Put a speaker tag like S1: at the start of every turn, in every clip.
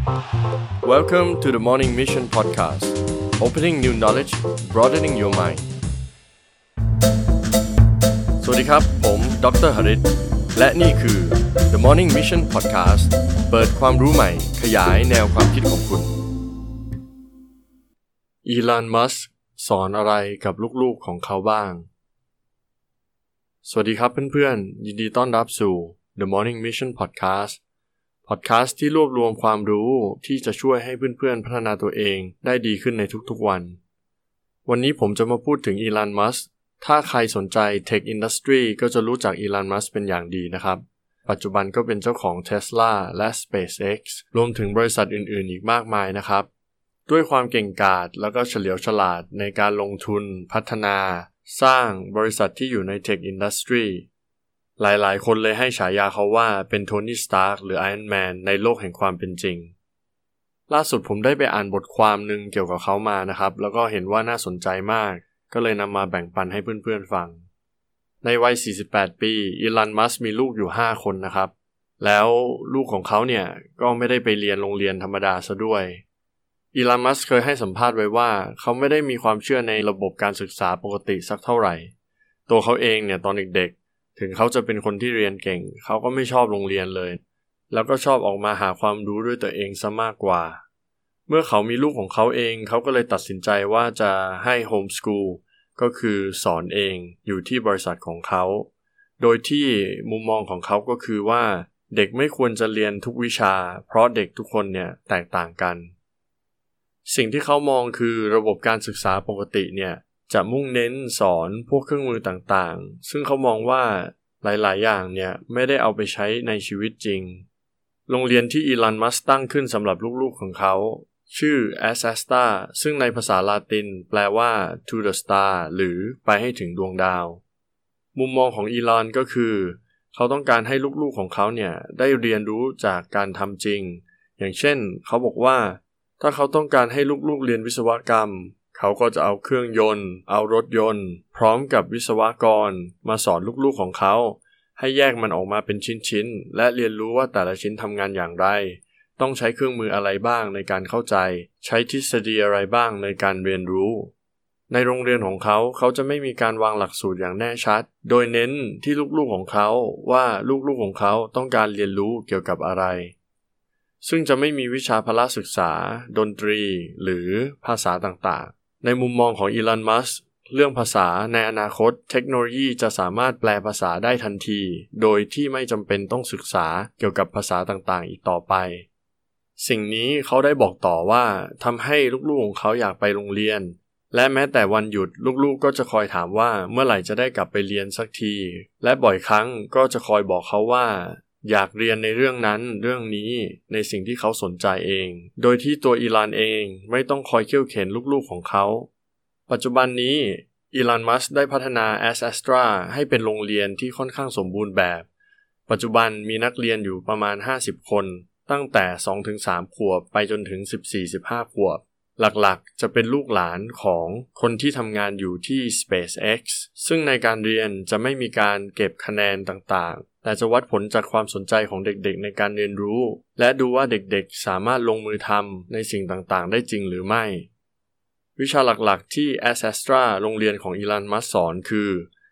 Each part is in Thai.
S1: Welcome to the Morning Mission Podcast. Opening new knowledge, broadening your mind. สวัสดีครับผมดร.หริตและนี่คือ The Morning Mission Podcast เปิดความรู้ใหม่ขยายแนวความคิดของคุณอีลอน มัสก์สอนอะไรกับลูกๆของเขาบ้างสวัสดีครับเพื่อนๆยินดีต้อนรับสู่ The Morning Mission Podcastที่รวบรวมความรู้ที่จะช่วยให้เพื่อนๆพัฒนาตัวเองได้ดีขึ้นในทุกๆวันนี้ผมจะมาพูดถึงอีลอน มัสก์ถ้าใครสนใจ Tech Industry ก็จะรู้จักอีลอน มัสก์เป็นอย่างดีนะครับปัจจุบันก็เป็นเจ้าของ Tesla และ SpaceX รวมถึงบริษัทอื่นๆอีกมากมายนะครับด้วยความเก่งกาจแล้วก็เฉลียวฉลาดในการลงทุนพัฒนาสร้างบริษัทที่อยู่ใน Tech Industry หลายๆคนเลยให้ฉายาเขาว่าเป็นโทนี่ สตาร์กหรือไอรอนแมนในโลกแห่งความเป็นจริงล่าสุดผมได้ไปอ่านบทความนึงเกี่ยวกับเขามานะครับแล้วก็เห็นว่าน่าสนใจมากก็เลยนำมาแบ่งปันให้เพื่อนๆฟังในวัย48ปีอีลอน มัสก์มีลูกอยู่5คนนะครับแล้วลูกของเขาเนี่ยก็ไม่ได้ไปเรียนโรงเรียนธรรมดาซะด้วยอีลอน มัสก์เคยให้สัมภาษณ์ไว้ว่าเขาไม่ได้มีความเชื่อในระบบการศึกษาปกติสักเท่าไหร่ตัวเขาเองเนี่ยตอนเด็กๆถึงเขาจะเป็นคนที่เรียนเก่งเขาก็ไม่ชอบโรงเรียนเลยแล้วก็ชอบออกมาหาความรู้ด้วยตัวเองซะมากกว่าเมื่อเขามีลูกของเขาเองเขาก็เลยตัดสินใจว่าจะให้โฮมสคูลก็คือสอนเองอยู่ที่บริษัทของเขาโดยที่มุมมองของเขาก็คือว่าเด็กไม่ควรจะเรียนทุกวิชาเพราะเด็กทุกคนเนี่ยแตกต่างกันสิ่งที่เขามองคือระบบการศึกษาปกติเนี่ยจะมุ่งเน้นสอนพวกเครื่องมือต่างๆซึ่งเขามองว่าหลายๆอย่างเนี่ยไม่ได้เอาไปใช้ในชีวิตจริงโรงเรียนที่อีลอน มัสก์ตั้งขึ้นสำหรับลูกๆของเขาชื่อ Asasta ซึ่งในภาษาลาตินแปลว่า to the star หรือไปให้ถึงดวงดาวมุมมองของอีลอนก็คือเขาต้องการให้ลูกๆของเขาเนี่ยได้เรียนรู้จากการทำจริงอย่างเช่นเขาบอกว่าถ้าเขาต้องการให้ลูกๆเรียนวิศวกรรมเขาก็จะเอาเครื่องยนต์เอารถยนต์พร้อมกับวิศวกรมาสอนลูกๆของเขาให้แยกมันออกมาเป็นชิ้นๆและเรียนรู้ว่าแต่ละชิ้นทำงานอย่างไรต้องใช้เครื่องมืออะไรบ้างในการเข้าใจใช้ทฤษฎีอะไรบ้างในการเรียนรู้ในโรงเรียนของเขาจะไม่มีการวางหลักสูตรอย่างแน่ชัดโดยเน้นที่ลูกๆของเขาว่าลูกๆของเขาต้องการเรียนรู้เกี่ยวกับอะไรซึ่งจะไม่มีวิชาพละศึกษาดนตรีหรือภาษาต่างๆในมุมมองของอีลอน มัสก์เรื่องภาษาในอนาคตเทคโนโลยีจะสามารถแปลภาษาได้ทันทีโดยที่ไม่จำเป็นต้องศึกษาเกี่ยวกับภาษาต่างๆอีกต่อไปสิ่งนี้เขาได้บอกต่อว่าทำให้ลูกๆของเขาอยากไปโรงเรียนและแม้แต่วันหยุดลูกๆก็จะคอยถามว่าเมื่อไหร่จะได้กลับไปเรียนสักทีและบ่อยครั้งก็จะคอยบอกเขาว่าอยากเรียนในเรื่องนั้นเรื่องนี้ในสิ่งที่เขาสนใจเองโดยที่ตัวอีลอนเองไม่ต้องคอยเคี่ยวเข็นลูกๆของเขาปัจจุบันนี้อีลอน มัสก์ได้พัฒนา Astra ให้เป็นโรงเรียนที่ค่อนข้างสมบูรณ์แบบปัจจุบันมีนักเรียนอยู่ประมาณ50คนตั้งแต่ 2-3 ขวบไปจนถึง 14-15 ขวบหลักๆจะเป็นลูกหลานของคนที่ทำงานอยู่ที่ SpaceX ซึ่งในการเรียนจะไม่มีการเก็บคะแนนต่างๆแต่จะวัดผลจากความสนใจของเด็กๆในการเรียนรู้และดูว่าเด็กๆสามารถลงมือทำในสิ่งต่างๆได้จริงหรือไม่วิชาหลักๆที่ Astra โรงเรียนของอีลอน มัสก์สอนคือ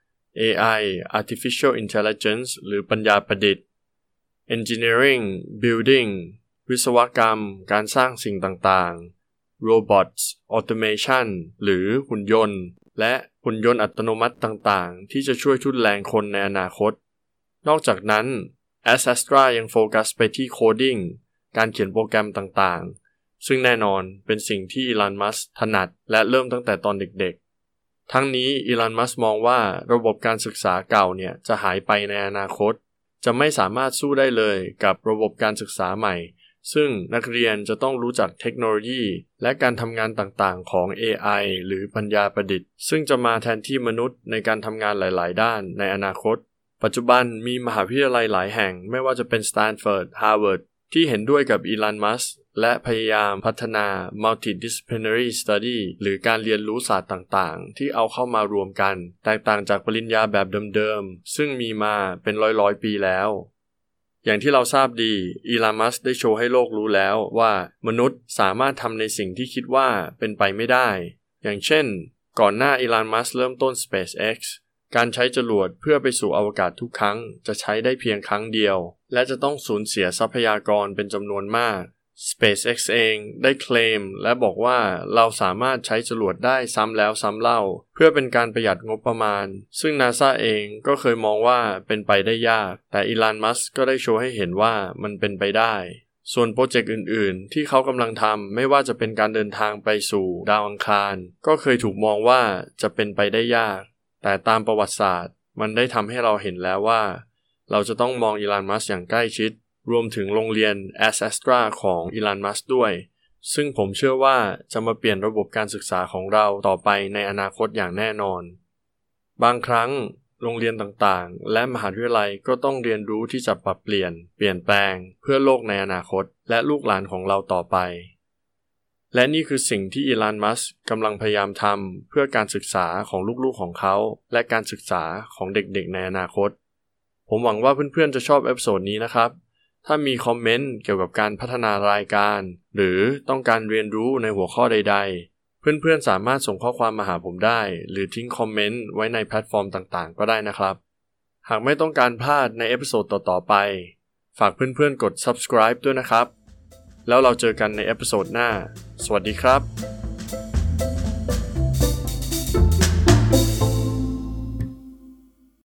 S1: AI Artificial Intelligence หรือปัญญาประดิษฐ์Engineering Building วิศวกรรมการสร้างสิ่งต่างๆ Robots Automation หรือหุ่นยนต์และหุ่นยนต์อัตโนมัติต่างๆที่จะช่วยทุ่นแรงคนในอนาคตนอกจากนั้น Astra ยังโฟกัสไปที่ Coding การเขียนโปรแกรมต่างๆซึ่งแน่นอนเป็นสิ่งที่อีลอน มัสก์ถนัดและเริ่มตั้งแต่ตอนเด็กๆทั้งนี้อีลอน มัสก์มองว่าระบบการศึกษาเก่าเนี่ยจะหายไปในอนาคตจะไม่สามารถสู้ได้เลยกับระบบการศึกษาใหม่ซึ่งนักเรียนจะต้องรู้จักเทคโนโลยีและการทำงานต่างๆของ AI หรือปัญญาประดิษฐ์ซึ่งจะมาแทนที่มนุษย์ในการทำงานหลายๆด้านในอนาคตปัจจุบันมีมหาวิทยาลัยหลายแห่งไม่ว่าจะเป็น Stanford Harvard ที่เห็นด้วยกับอีลอน มัสก์และพยายามพัฒนา Multidisciplinary Study หรือการเรียนรู้ศาสตร์ต่างๆที่เอาเข้ามารวมกันแตกต่างจากปริญญาแบบเดิมๆซึ่งมีมาเป็นร้อยๆปีแล้วอย่างที่เราทราบดีอีลอน มัสก์ได้โชว์ให้โลกรู้แล้วว่ามนุษย์สามารถทำในสิ่งที่คิดว่าเป็นไปไม่ได้อย่างเช่นก่อนหน้าอีลอน มัสก์เริ่มต้น SpaceX การใช้จรวดเพื่อไปสู่อวกาศทุกครั้งจะใช้ได้เพียงครั้งเดียวและจะต้องสูญเสียทรัพยากรเป็นจำนวนมาก SpaceX เองได้เคลมและบอกว่าเราสามารถใช้จรวดได้ซ้ำแล้วซ้ำเล่าเพื่อเป็นการประหยัดงบประมาณซึ่ง NASA เองก็เคยมองว่าเป็นไปได้ยากแต่อีลอน มัสก์ก็ได้โชว์ให้เห็นว่ามันเป็นไปได้ส่วนโปรเจกต์อื่นๆที่เขากำลังทำไม่ว่าจะเป็นการเดินทางไปสู่ดาวอังคารก็เคยถูกมองว่าจะเป็นไปได้ยากแต่ตามประวัติศาสตร์มันได้ทำให้เราเห็นแล้วว่าเราจะต้องมองอีลอน มัสก์อย่างใกล้ชิดรวมถึงโรงเรียน Astra ของอีลอน มัสก์ด้วยซึ่งผมเชื่อว่าจะมาเปลี่ยนระบบการศึกษาของเราต่อไปในอนาคตอย่างแน่นอนบางครั้งโรงเรียนต่างๆและมหาวิทยาลัยก็ต้องเรียนรู้ที่จะปรับเปลี่ยนแปลงเพื่อโลกในอนาคตและลูกหลานของเราต่อไปและนี่คือสิ่งที่อีลอน มัสก์กำลังพยายามทำเพื่อการศึกษาของลูกๆของเขาและการศึกษาของเด็กๆในอนาคตผมหวังว่าเพื่อนๆจะชอบเอพิโซดนี้นะครับถ้ามีคอมเมนต์เกี่ยวกับการพัฒนารายการหรือต้องการเรียนรู้ในหัวข้อใดๆเพื่อนๆสามารถส่งข้อความมาหาผมได้หรือทิ้งคอมเมนต์ไว้ในแพลตฟอร์มต่างๆก็ได้นะครับหากไม่ต้องการพลาดในเอพิโซดต่อๆไปฝากเพื่อนๆกด subscribe ด้วยนะครับแล้วเราเจอกันในเอพิโซดหน้าสวัสดีครับ